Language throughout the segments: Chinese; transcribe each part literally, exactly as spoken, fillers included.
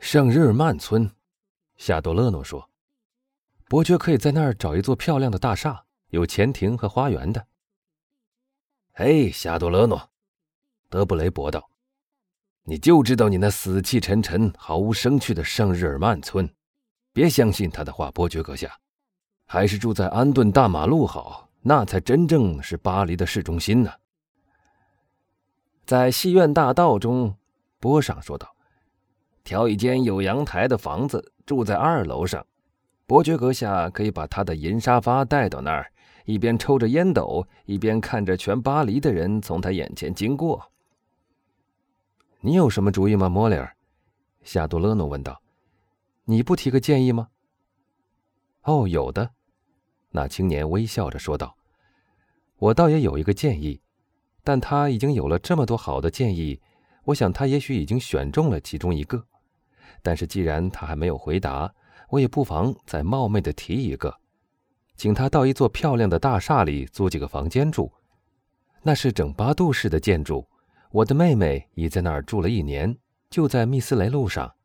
圣日耳曼村，夏多勒诺说，伯爵可以在那儿找一座漂亮的大厦，有前庭和花园的。 嘿，夏多勒诺，德布雷驳道，你就知道你那死气沉沉、毫无生趣的圣日耳曼村，别相信他的话，伯爵阁下，还是住在安顿大马路好，那才真正是巴黎的市中心呢。 在戏院大道中，波上说道，挑一间有阳台的房子，住在二楼上。伯爵阁下可以把他的银沙发带到那儿，一边抽着烟斗，一边看着全巴黎的人从他眼前经过。你有什么主意吗，莫里尔？夏多勒诺问道。你不提个建议吗？哦，有的。那青年微笑着说道，我倒也有一个建议，但他已经有了这么多好的建议，我想他也许已经选中了其中一个。但是既然他还没有回答，我也不妨再冒昧地提一个，请他到一座漂亮的大厦里租几个房间住。那是整八度式的建筑，我的妹妹已在那儿住了一年，就在密斯雷路上。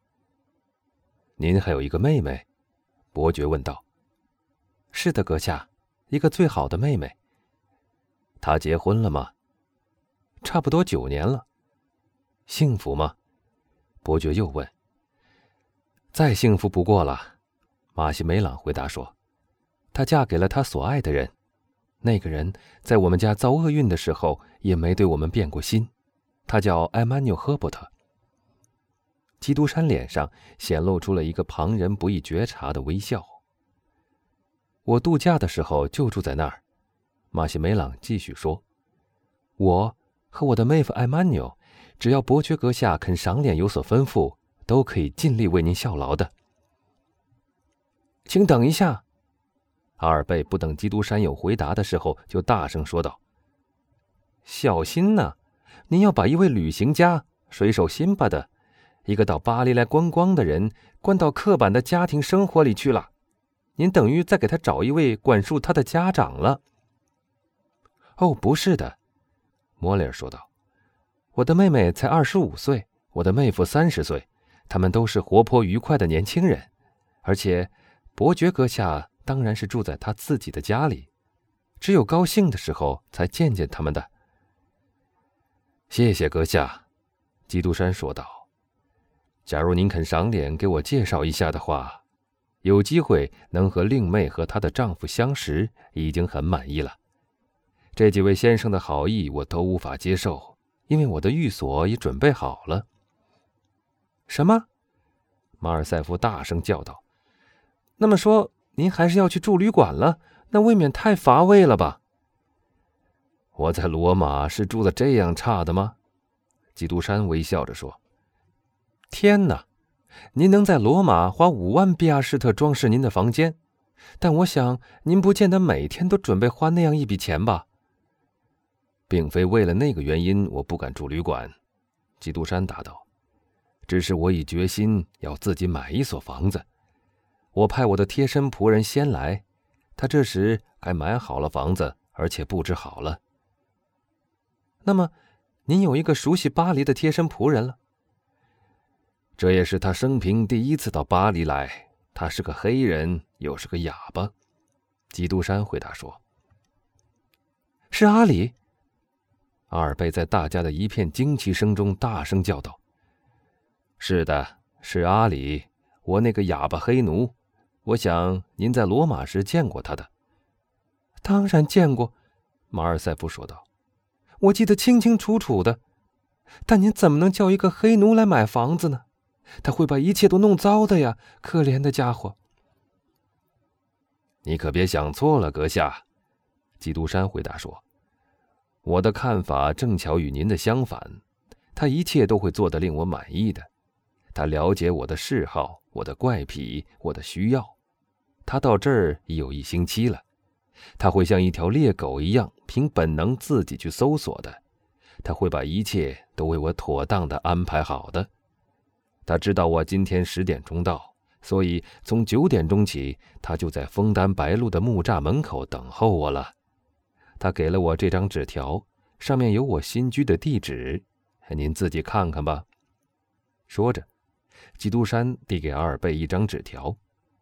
您还有一个妹妹？伯爵问道。是的，阁下，一个最好的妹妹。她结婚了吗？差不多九年了。幸福吗？伯爵又问。再幸福不过了，马西梅朗回答说，她嫁给了她所爱的人，那个人在我们家遭厄运的时候也没对我们变过心，他叫埃曼纽·赫伯特。基督山脸上显露出了一个旁人不易觉察的微笑。我度假的时候就住在那儿，马西梅朗继续说，我和我的妹夫埃曼纽，只要伯爵阁下肯赏脸有所吩咐，都可以尽力为您效劳的。请等一下，阿尔贝不等基督山有回答的时候，就大声说道，小心呐、啊，您要把一位旅行家水手辛巴的一个到巴黎来观光的人关到刻板的家庭生活里去了，您等于再给他找一位管束他的家长了。哦，不是的，莫里尔说道，我的妹妹才二十五岁，我的妹夫三十岁，他们都是活泼愉快的年轻人，而且伯爵阁下当然是住在他自己的家里，只有高兴的时候才见见他们的。谢谢阁下，基督山说道，假如您肯赏脸给我介绍一下的话，有机会能和令妹和她的丈夫相识，已经很满意了。这几位先生的好意我都无法接受，因为我的寓所也准备好了。什么？马尔塞夫大声叫道。那么说您还是要去住旅馆了，那未免太乏味了吧？我在罗马是住得这样差的吗？基督山微笑着说。天哪，您能在罗马花五万比亚士特装饰您的房间，但我想您不见得每天都准备花那样一笔钱吧？并非为了那个原因我不敢住旅馆，基督山答道，只是我已决心要自己买一所房子。我派我的贴身仆人先来，他这时该买好了房子，而且布置好了。那么您有一个熟悉巴黎的贴身仆人了？这也是他生平第一次到巴黎来，他是个黑人，又是个哑巴。基督山回答说。是阿里？阿尔贝在大家的一片惊奇声中大声叫道。是的，是阿里，我那个哑巴黑奴，我想您在罗马时见过他的。当然见过，马尔塞夫说道，我记得清清楚楚的。但您怎么能叫一个黑奴来买房子呢？他会把一切都弄糟的呀，可怜的家伙。你可别想错了，阁下，基督山回答说，我的看法正巧与您的相反，他一切都会做得令我满意的。他了解我的嗜好，我的怪癖，我的需要。他到这儿已有一星期了，他会像一条猎狗一样凭本能自己去搜索的，他会把一切都为我妥当地安排好的。他知道我今天十点钟到，所以从九点钟起，他就在枫丹白露的木栅门口等候我了。他给了我这张纸条，上面有我新居的地址，您自己看看吧。说着， 基督山递给阿尔贝一张纸条。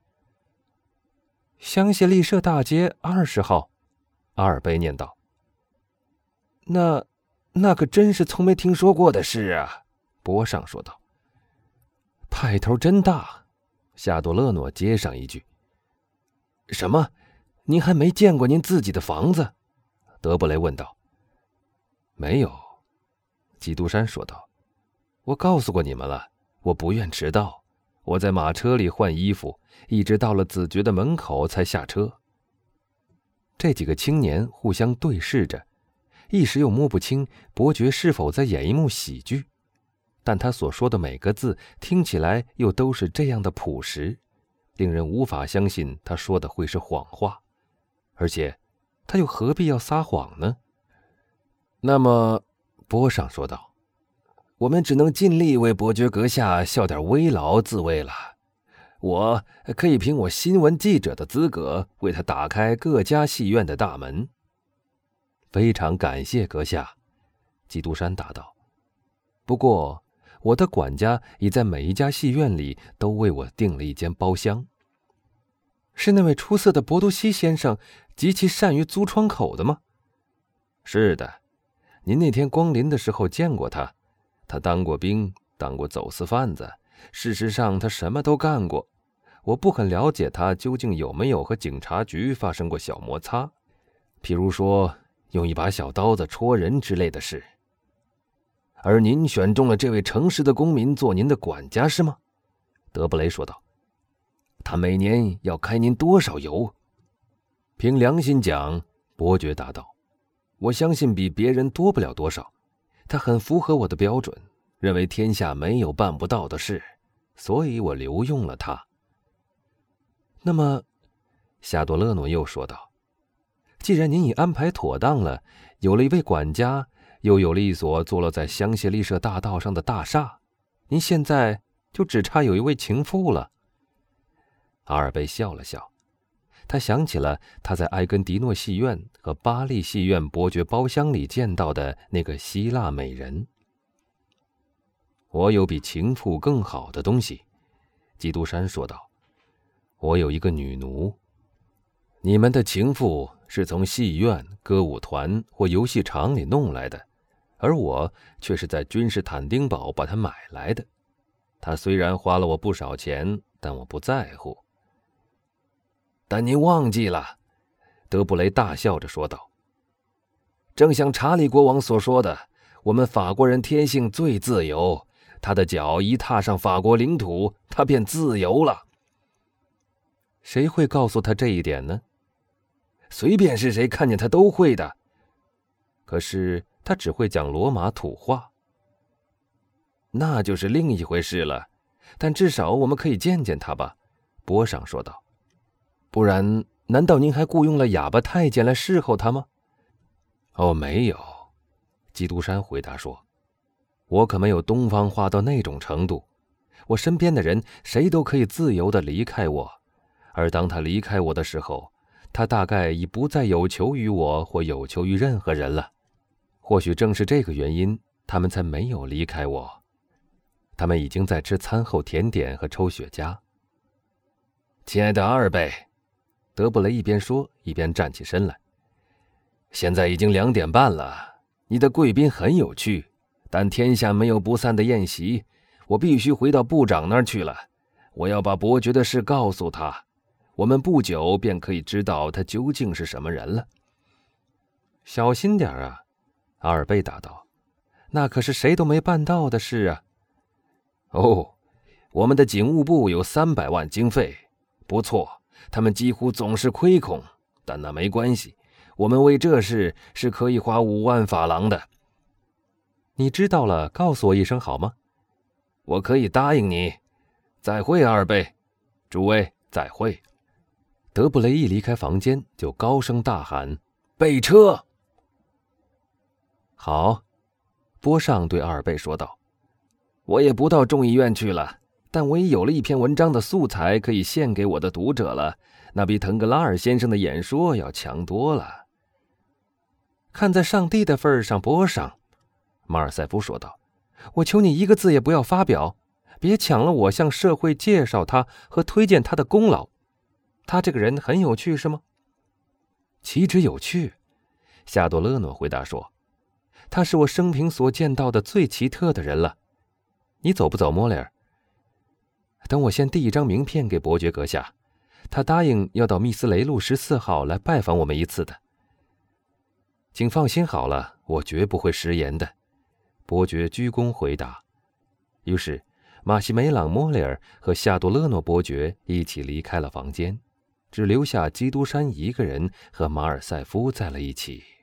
香榭丽舍大街二十号，阿尔贝念道。 那那可真是从没听说过的事啊，波尚说道。 派头真大，夏多勒诺接上一句。 什么？您还没见过您自己的房子？德布雷问道。 没有，基督山说道。我告诉过你们了，我不愿迟到。我在马车里换衣服，一直到了子爵的门口才下车。这几个青年互相对视着，一时又摸不清伯爵是否在演一幕喜剧，但他所说的每个字听起来又都是这样的朴实，令人无法相信他说的会是谎话。而且他又何必要撒谎呢？ 那么，波尚说道，我们只能尽力为伯爵阁下效点微劳自慰了。我可以凭我新闻记者的资格为他打开各家戏院的大门。 非常感谢阁下，基督山答道。不过我的管家已在每一家戏院里都为我订了一间包厢。是那位出色的博多西先生极其善于租窗口的吗？是的，您那天光临的时候见过他。他当过兵，当过走私贩子，事实上他什么都干过。我不很了解他究竟有没有和警察局发生过小摩擦，譬如说用一把小刀子戳人之类的事。 而您选中了这位诚实的公民做您的管家是吗？德布雷说道。他每年要开您多少油？ 凭良心讲，伯爵答道，我相信比别人多不了多少。他很符合我的标准，认为天下没有办不到的事，所以我留用了他。那么，夏多勒诺又说道，既然您已安排妥当了，有了一位管家，又有了一所坐落在香榭丽舍大道上的大厦，您现在就只差有一位情妇了。阿尔贝笑了笑，他想起了他在埃根迪诺戏院和巴利戏院伯爵包厢里见到的那个希腊美人。我有比情妇更好的东西，基督山说道。我有一个女奴。你们的情妇是从戏院、歌舞团或游戏场里弄来的，而我却是在君士坦丁堡把她买来的。她虽然花了我不少钱，但我不在乎。 但您忘记了，德布雷大笑着说道。正像查理国王所说的，我们法国人天性最自由，他的脚一踏上法国领土，他便自由了。 谁会告诉他这一点呢？ 随便是谁看见他都会的。 可是他只会讲罗马土话。 那就是另一回事了， 但至少我们可以见见他吧，波尚说道。 不然，难道您还雇佣了哑巴太监来侍候他吗？ 哦，没有，基督山回答说，我可没有东方化到那种程度。我身边的人谁都可以自由地离开我，而当他离开我的时候，他大概已不再有求于我或有求于任何人了。或许正是这个原因，他们才没有离开我。他们已经在吃餐后甜点和抽雪茄。 亲爱的阿尔贝， 德布雷一边说一边站起身来。 现在已经两点半了，你的贵宾很有趣，但天下没有不散的宴席，我必须回到部长那儿去了。我要把伯爵的事告诉他，我们不久便可以知道他究竟是什么人了。 小心点啊，阿尔贝答道，那可是谁都没办到的事啊。 哦，我们的警务部有三百万经费，不错，他们几乎总是亏空，但那没关系，我们为这事是可以花五万法郎的。 你知道了，告诉我一声好吗？ 我可以答应你。再会，阿尔贝，诸位再会。 德布雷一离开房间，就高声大喊：“ 备车！” 好，波尚对阿尔贝说道：“ 我也不到众议院去了，但我已有了一篇文章的素材可以献给我的读者了，那比腾格拉尔先生的演说要强多了。” 看在上帝的份上，波尚，马尔塞夫说道：“我求你一个字也不要发表， 别抢了我向社会介绍他和推荐他的功劳。他这个人很有趣是吗？岂止有趣，夏多勒诺回答说，他是我生平所见到的最奇特的人了。你走不走，莫雷尔？等我先递一张名片给伯爵阁下，他答应要到密斯雷路十四号来拜访我们一次的。请放心好了，我绝不会食言的，伯爵鞠躬回答。于是马西梅朗·莫雷尔和夏多勒诺伯爵一起离开了房间，只留下基督山一个人和马尔塞夫在了一起。